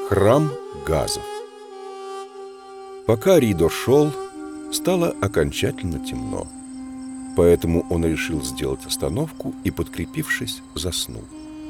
Храм газов. Пока Ридо шел, стало окончательно темно. Поэтому он решил сделать остановку и, подкрепившись, заснул.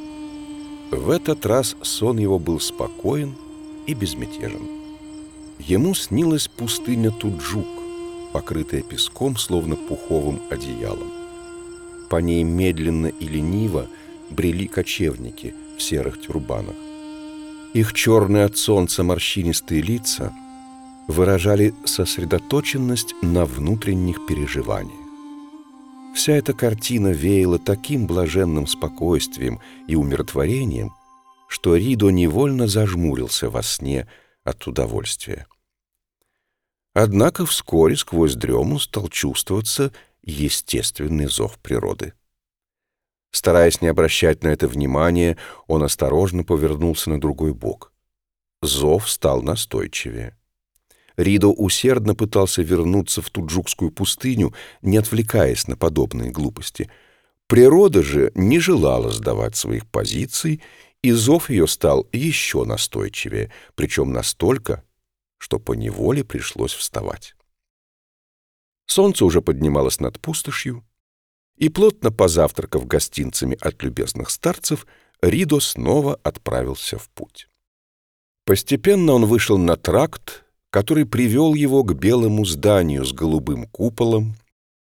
В этот раз сон его был спокоен и безмятежен. Ему снилась пустыня Туджук, покрытая песком, словно пуховым одеялом. По ней медленно и лениво брели кочевники в серых тюрбанах. Их черные от солнца морщинистые лица выражали сосредоточенность на внутренних переживаниях. Вся эта картина веяла таким блаженным спокойствием и умиротворением, что Ридо невольно зажмурился во сне от удовольствия. Однако вскоре сквозь дрему стал чувствоваться естественный зов природы. Стараясь не обращать на это внимания, он осторожно повернулся на другой бок. Зов стал настойчивее. Ридо усердно пытался вернуться в Туджукскую пустыню, не отвлекаясь на подобные глупости. Природа же не желала сдавать своих позиций, и зов ее стал еще настойчивее, причем настолько, что поневоле пришлось вставать. Солнце уже поднималось над пустошью, и, плотно позавтракав гостинцами от любезных старцев, Ридо снова отправился в путь. Постепенно он вышел на тракт, который привел его к белому зданию с голубым куполом,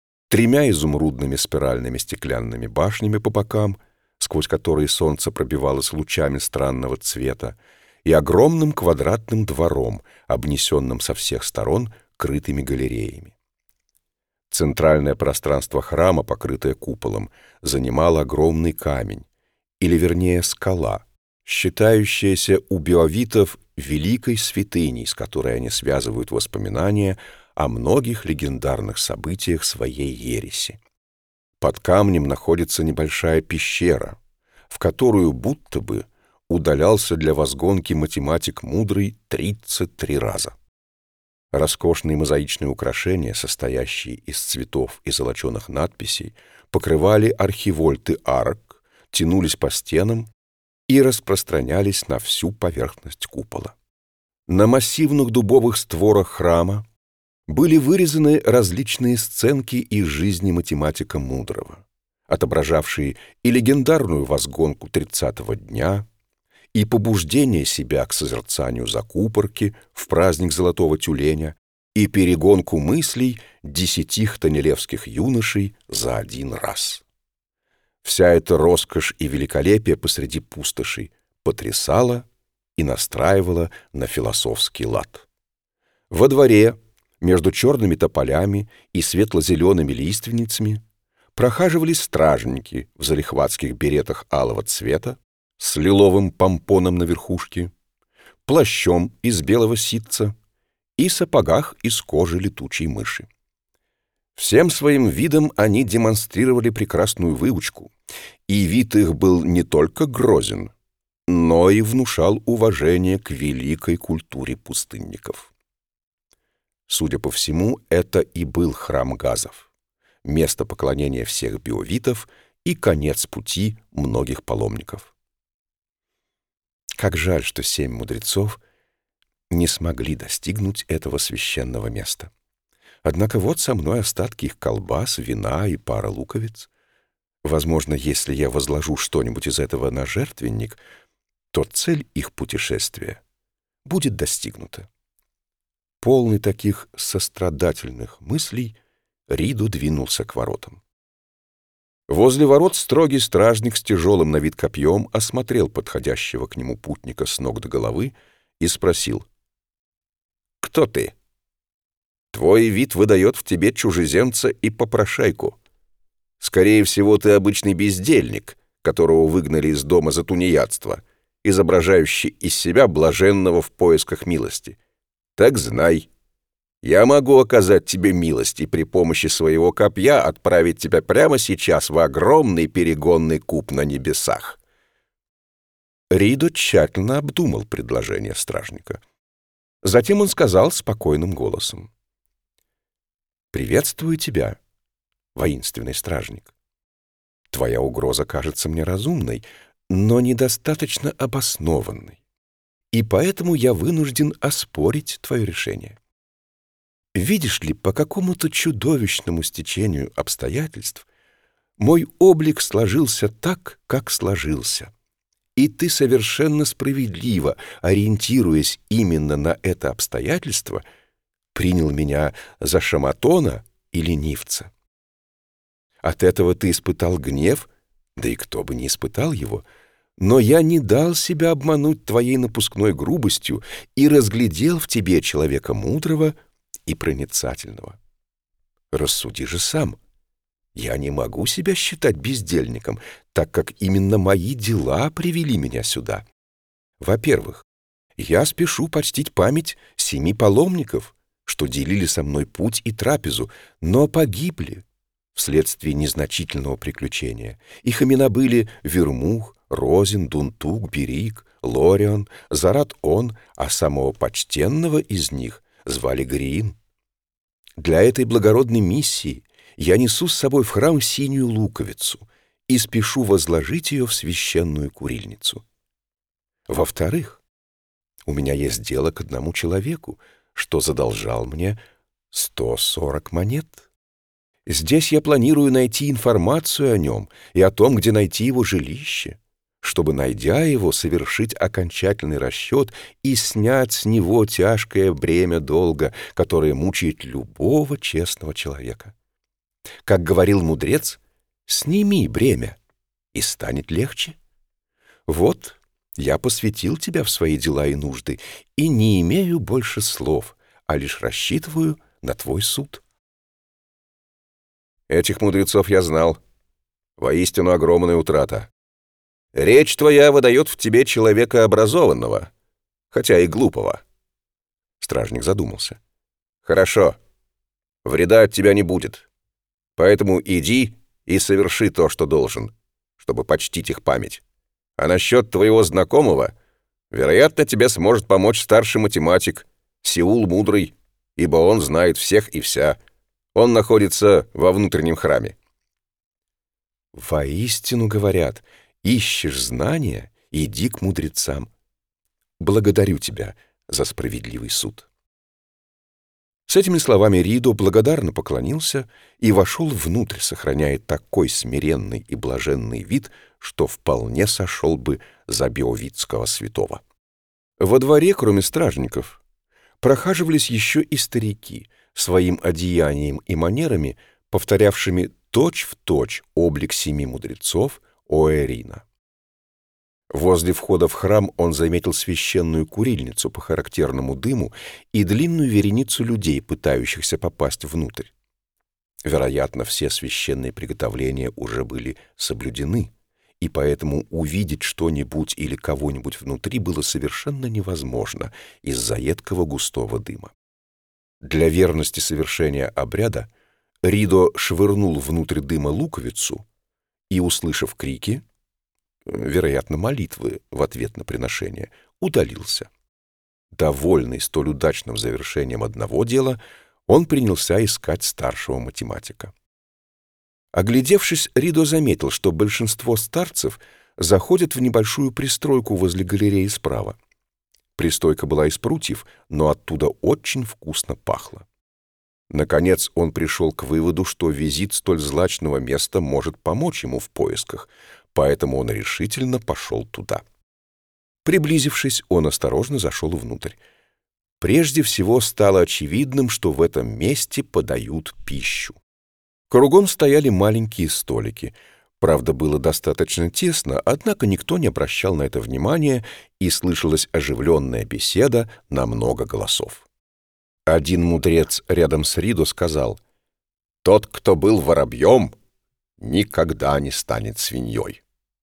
3 изумрудными спиральными стеклянными башнями по бокам, сквозь которые солнце пробивалось лучами странного цвета, и огромным квадратным двором, обнесенным со всех сторон крытыми галереями. Центральное пространство храма, покрытое куполом, занимал огромный камень, или вернее скала, считающаяся у биовитов великой святыней, с которой они связывают воспоминания о многих легендарных событиях своей ереси. Под камнем находится небольшая пещера, в которую будто бы удалялся для возгонки математик мудрый 33 раза. Роскошные мозаичные украшения, состоящие из цветов и золоченых надписей, покрывали архивольты арок, тянулись по стенам и распространялись на всю поверхность купола. На массивных дубовых створах храма были вырезаны различные сценки из жизни математика мудрого, отображавшие и легендарную возгонку 30-го дня, и побуждение себя к созерцанию закупорки в праздник Золотого Тюленя, и перегонку мыслей 10 хтонелевских юношей за один раз. Вся эта роскошь и великолепие посреди пустоши потрясала и настраивала на философский лад. Во дворе, между черными тополями и светло-зелеными лиственницами, прохаживались стражники в залихватских беретах алого цвета, с лиловым помпоном на верхушке, плащом из белого ситца и сапогах из кожи летучей мыши. Всем своим видом они демонстрировали прекрасную выучку, и вид их был не только грозен, но и внушал уважение к великой культуре пустынников. Судя по всему, это и был храм газов, место поклонения всех биовитов и конец пути многих паломников. Как жаль, что 7 мудрецов не смогли достигнуть этого священного места. Однако вот со мной остатки их колбас, вина и пара луковиц. Возможно, если я возложу что-нибудь из этого на жертвенник, то цель их путешествия будет достигнута. Полный таких сострадательных мыслей, Ридо двинулся к воротам. Возле ворот строгий стражник с тяжелым на вид копьем осмотрел подходящего к нему путника с ног до головы и спросил: «Кто ты? Твой вид выдает в тебе чужеземца и попрошайку. Скорее всего, ты обычный бездельник, которого выгнали из дома за тунеядство, изображающий из себя блаженного в поисках милости. Так знай, я могу оказать тебе милость и при помощи своего копья отправить тебя прямо сейчас в огромный перегонный куб на небесах». Ридо тщательно обдумал предложение стражника. Затем он сказал спокойным голосом: «Приветствую тебя, воинственный стражник. Твоя угроза кажется мне разумной, но недостаточно обоснованной. и поэтому я вынужден оспорить твое решение. Видишь ли, по какому-то чудовищному стечению обстоятельств мой облик сложился так, как сложился. И ты совершенно справедливо, ориентируясь именно на это обстоятельство, принял меня за шаматона и ленивца. От этого ты испытал гнев, да и кто бы не испытал его, но я не дал себя обмануть твоей напускной грубостью и разглядел в тебе человека мудрого и проницательного. Рассуди же сам. Я не могу себя считать бездельником, так как именно мои дела привели меня сюда. Во-первых, я спешу почтить память 7 паломников, что делили со мной путь и трапезу, но погибли вследствие незначительного приключения. Их имена были Вермух, Розин, Дунтук, Берик, Лорион, Зарат-Он, а самого почтенного из них звали Гриин. Для этой благородной миссии я несу с собой в храм синюю луковицу и спешу возложить ее в священную курильницу. Во-вторых, у меня есть дело к одному человеку, что задолжал мне 140 монет. Здесь я планирую найти информацию о нем и о том, где найти его жилище, чтобы, найдя его, совершить окончательный расчет и снять с него тяжкое бремя долга, которое мучает любого честного человека. Как говорил мудрец, сними бремя, и станет легче. Вот, я посвятил тебя в свои дела и нужды, и не имею больше слов, а лишь рассчитываю на твой суд. Этих мудрецов я знал. Воистину огромная утрата. Речь твоя выдает в тебе человека образованного, хотя и глупого. Стражник задумался. Хорошо, вреда от тебя не будет. Поэтому иди и соверши то, что должен, чтобы почтить их память. А насчет твоего знакомого, вероятно, тебе сможет помочь старший математик Сеул Мудрый, ибо он знает всех и вся. Он находится во внутреннем храме. Воистину говорят, ищешь знания, иди к мудрецам. Благодарю тебя за справедливый суд. С этими словами Ридо благодарно поклонился и вошел внутрь, сохраняя такой смиренный и блаженный вид, что вполне сошел бы за Беовидского святого. Во дворе, кроме стражников, прохаживались еще и старики, своим одеянием и манерами, повторявшими точь-в-точь облик 7 мудрецов Оэрина. Возле входа в храм он заметил священную курильницу по характерному дыму и длинную вереницу людей, пытающихся попасть внутрь. Вероятно, все священные приготовления уже были соблюдены, и поэтому увидеть что-нибудь или кого-нибудь внутри было совершенно невозможно из-за едкого густого дыма. Для верности совершения обряда Ридо швырнул внутрь дыма луковицу и, услышав крики, вероятно, молитвы в ответ на приношение, удалился. Довольный столь удачным завершением одного дела, он принялся искать старшего математика. Оглядевшись, Ридо заметил, что большинство старцев заходят в небольшую пристройку возле галереи справа. Пристройка была из прутьев, но оттуда очень вкусно пахло. Наконец он пришел к выводу, что визит столь злачного места может помочь ему в поисках, поэтому он решительно пошел туда. Приблизившись, он осторожно зашел внутрь. Прежде всего стало очевидным, что в этом месте подают пищу. Кругом стояли маленькие столики. Правда, было достаточно тесно, однако никто не обращал на это внимания, и слышалась оживленная беседа на много голосов. Один мудрец рядом с Ридо сказал: «Тот, кто был воробьем, никогда не станет свиньей».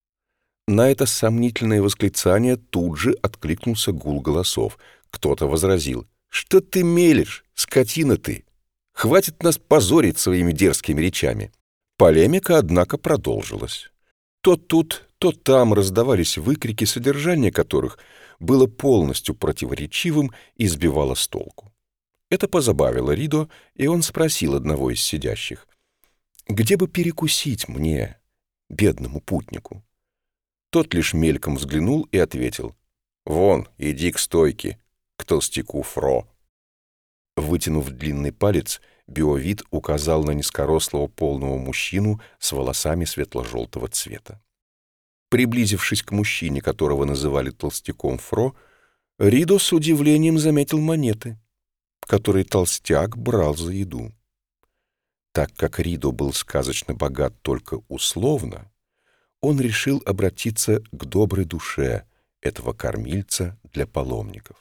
На это сомнительное восклицание тут же откликнулся гул голосов. Кто-то возразил: «Что ты мелешь, скотина ты? Хватит нас позорить своими дерзкими речами». Полемика, однако, продолжилась. То тут, то там раздавались выкрики, содержание которых было полностью противоречивым и сбивало с толку. Это позабавило Ридо, и он спросил одного из сидящих: «Где бы перекусить мне, бедному путнику?» Тот лишь мельком взглянул и ответил: Вон, иди к стойке, к толстяку Фро». Вытянув длинный палец, Беовид указал на низкорослого полного мужчину с волосами светло-желтого цвета. Приблизившись к мужчине, которого называли толстяком Фро, Ридо с удивлением заметил монеты, которые толстяк брал за еду. Так как Ридо был сказочно богат только условно, он решил обратиться к доброй душе этого кормильца для паломников.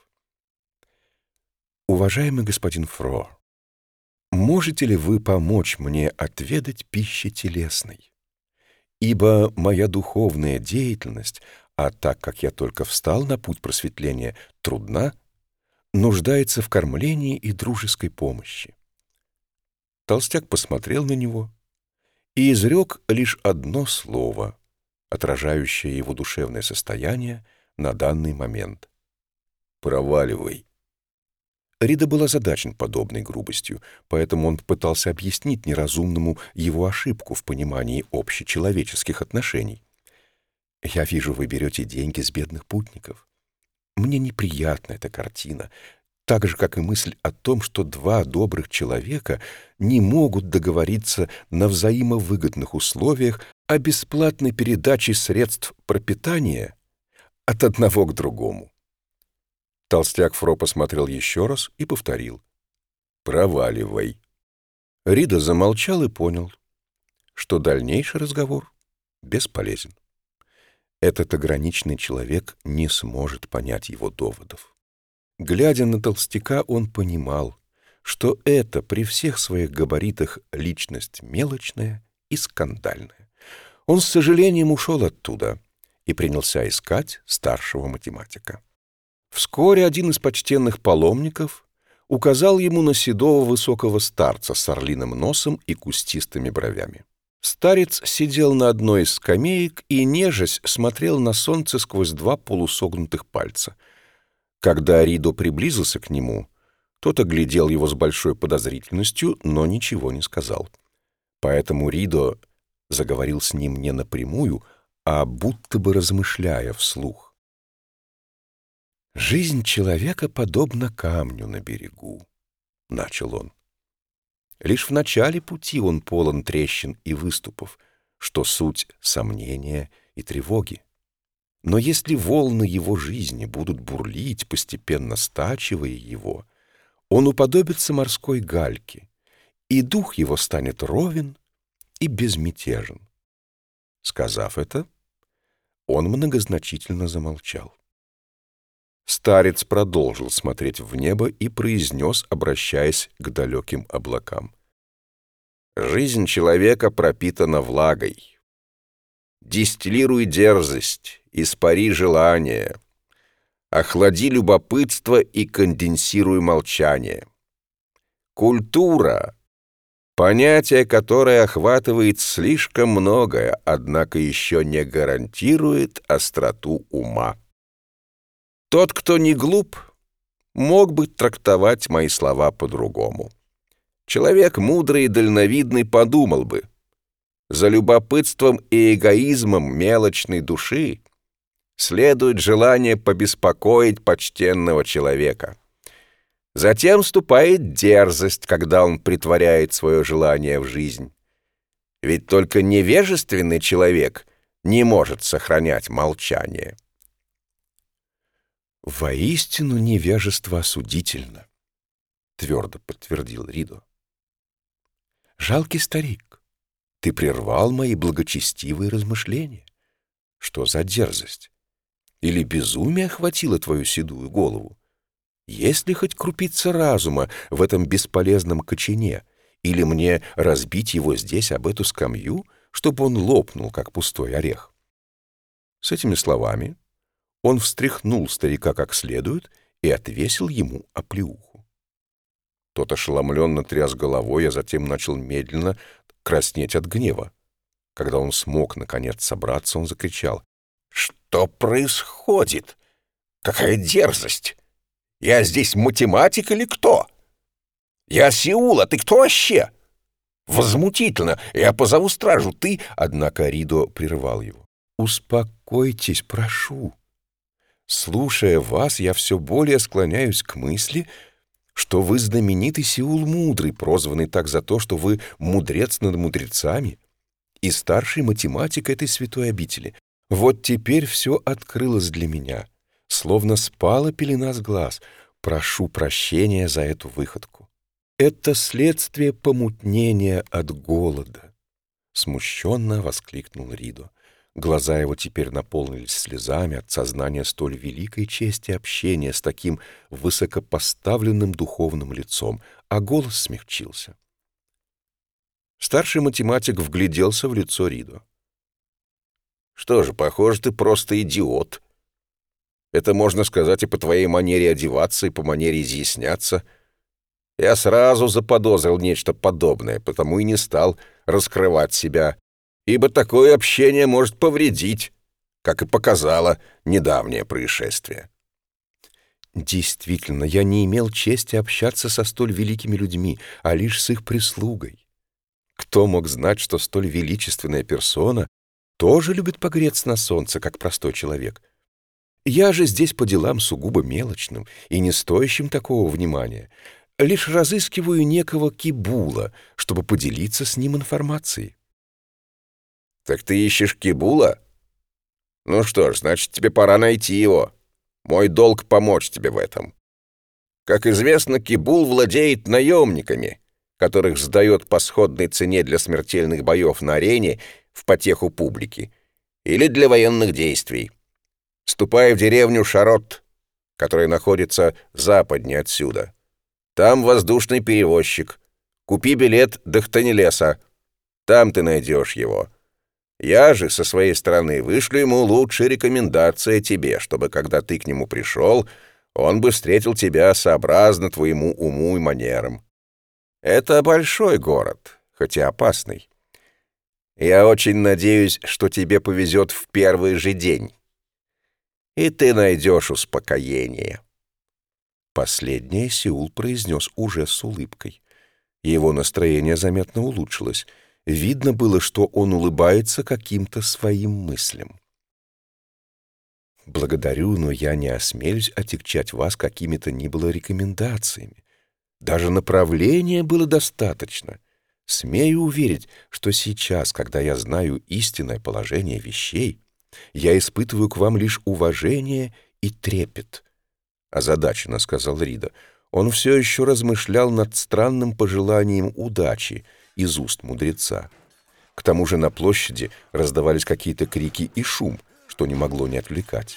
«Уважаемый господин Фро, можете ли вы помочь мне отведать пищи телесной? Ибо моя духовная деятельность, а так как я только встал на путь просветления, трудна, нуждается в кормлении и дружеской помощи». Толстяк посмотрел на него и изрек лишь одно слово, отражающее его душевное состояние на данный момент: «Проваливай». Ридо был озадачен подобной грубостью, поэтому он пытался объяснить неразумному его ошибку в понимании общечеловеческих отношений. «Я вижу, вы берете деньги с бедных путников. Мне неприятна эта картина, так же, как и мысль о том, что два добрых человека не могут договориться на взаимовыгодных условиях о бесплатной передаче средств пропитания от одного к другому». Толстяк Фро посмотрел еще раз и повторил: «Проваливай». Ридо замолчал и понял, что дальнейший разговор бесполезен. Этот ограниченный человек не сможет понять его доводов. Глядя на толстяка, он понимал, что это при всех своих габаритах личность мелочная и скандальная. Он с сожалением ушел оттуда и принялся искать старшего математика. Вскоре один из почтенных паломников указал ему на седого высокого старца с орлиным носом и кустистыми бровями. Старец сидел на одной из скамеек и, нежась, смотрел на солнце сквозь два полусогнутых пальца. Когда Ридо приблизился к нему, тот оглядел его с большой подозрительностью, но ничего не сказал. Поэтому Ридо заговорил с ним не напрямую, а будто бы размышляя вслух. «Жизнь человека подобна камню на берегу», — начал он. «Лишь в начале пути он полон трещин и выступов, что суть сомнения и тревоги. Но если волны его жизни будут бурлить, постепенно стачивая его, он уподобится морской гальке, и дух его станет ровен и безмятежен». Сказав это, он многозначительно замолчал. Старец продолжил смотреть в небо и произнес, обращаясь к далеким облакам: «Жизнь человека пропитана влагой. Дистиллируй дерзость, испари желание, охлади любопытство и конденсируй молчание. Культура — понятие, которое охватывает слишком многое, однако еще не гарантирует остроту ума. Тот, кто не глуп, мог бы трактовать мои слова по-другому. Человек мудрый и дальновидный подумал бы: за любопытством и эгоизмом мелочной души следует желание побеспокоить почтенного человека. Затем вступает дерзость, когда он претворяет свое желание в жизнь. Ведь только невежественный человек не может сохранять молчание. «Воистину невежество осудительно», — твердо подтвердил Ридо. «Жалкий старик, ты прервал мои благочестивые размышления. Что за дерзость? Или безумие охватило твою седую голову? Есть ли хоть крупица разума в этом бесполезном кочане, или мне разбить его здесь об эту скамью, чтобы он лопнул, как пустой орех?» С этими словами он встряхнул старика как следует и отвесил ему оплеуху. Тот ошеломленно тряс головой, а затем начал медленно краснеть от гнева. Когда он смог, наконец, собраться, он закричал: «Что происходит? Какая дерзость! Я здесь математик или кто? Я Сеул, а ты кто вообще? Возмутительно! Я позову стражу, ты...» Однако Ридо прервал его. «Успокойтесь, прошу. Слушая вас, я все более склоняюсь к мысли, что вы знаменитый Сеул Мудрый, прозванный так за то, что вы мудрец над мудрецами и старший математик этой святой обители. Вот теперь все открылось для меня, словно спала пелена с глаз. Прошу прощения за эту выходку. Это следствие помутнения от голода, смущенно воскликнул Ридо. Глаза его теперь наполнились слезами от сознания столь великой чести общения с таким высокопоставленным духовным лицом, а голос смягчился. Старший математик вгляделся в лицо Ридо. «Что же, похоже, ты просто идиот. Это можно сказать и по твоей манере одеваться, и по манере изъясняться. Я сразу заподозрил нечто подобное, потому и не стал раскрывать себя, ибо такое общение может повредить, как и показало недавнее происшествие». Действительно, я не имел чести общаться со столь великими людьми, а лишь с их прислугой. Кто мог знать, что столь величественная персона тоже любит погреться на солнце, как простой человек? Я же здесь по делам сугубо мелочным и не стоящим такого внимания. Лишь разыскиваю некого Кибула, чтобы поделиться с ним информацией. «Так ты ищешь Кибула? Ну что ж, значит, тебе пора найти его. Мой долг помочь тебе в этом. Как известно, Кибул владеет наемниками, которых сдает по сходной цене для смертельных боев на арене в потеху публики или для военных действий. Ступай в деревню Шарот, которая находится западнее отсюда. Там воздушный перевозчик. Купи билет до Хтанилеса. Там ты найдешь его. Я же, со своей стороны, вышлю ему лучшие рекомендации о тебе, чтобы, когда ты к нему пришел, он бы встретил тебя сообразно твоему уму и манерам. Это большой город, хоть и опасный. Я очень надеюсь, что тебе повезет в первый же день, и ты найдешь успокоение». Последнее Сеул произнес уже с улыбкой. Его настроение заметно улучшилось. Видно было, что он улыбается каким-то своим мыслям. «Благодарю, но я не осмелюсь отягчать вас какими-то ни было рекомендациями. Даже направления было достаточно. Смею уверить, что сейчас, когда я знаю истинное положение вещей, я испытываю к вам лишь уважение и трепет», — озадаченно сказал Ридо. Он все еще размышлял над странным пожеланием удачи из уст мудреца. К тому же на площади раздавались какие-то крики и шум, что не могло не отвлекать.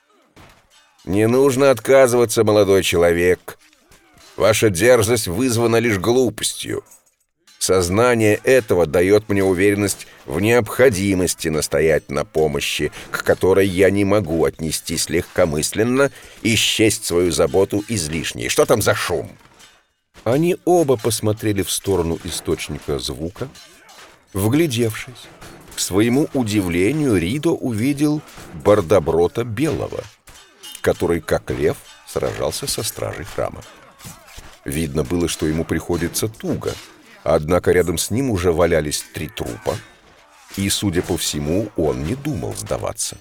«Не нужно отказываться, молодой человек. Ваша дерзость вызвана лишь глупостью. Сознание этого дает мне уверенность в необходимости настоять на помощи, к которой я не могу отнестись легкомысленно и счесть свою заботу излишней. Что там за шум?» Они оба посмотрели в сторону источника звука. Вглядевшись, к своему удивлению, Ридо увидел Бардаброта Белого, который, как лев, сражался со стражей храма. Видно было, что ему приходится туго, однако рядом с ним уже валялись 3 трупа, и, судя по всему, он не думал сдаваться.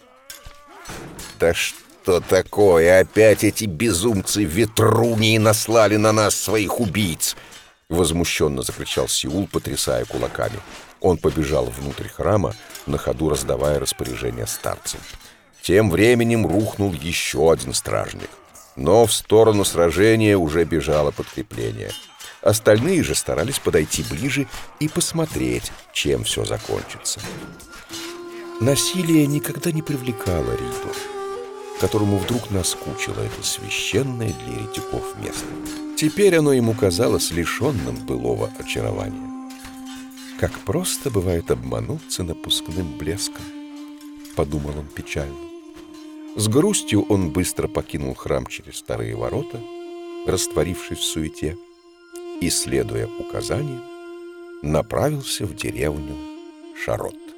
«Да что такое? Опять эти безумцы Ветрунии наслали на нас своих убийц!» — возмущенно закричал Сеул, потрясая кулаками. Он побежал внутрь храма, на ходу раздавая распоряжения старцам. Тем временем рухнул еще один стражник, но в сторону сражения уже бежало подкрепление. Остальные же старались подойти ближе и посмотреть, чем все закончится. Насилие никогда не привлекало Ридо, которому вдруг наскучило это священное для еретиков место. Теперь оно ему казалось лишенным былого очарования. «Как просто бывает обмануться напускным блеском», — подумал он печально. С грустью он быстро покинул храм через старые ворота, растворившись в суете, и, следуя указаниям, направился в деревню Шарот.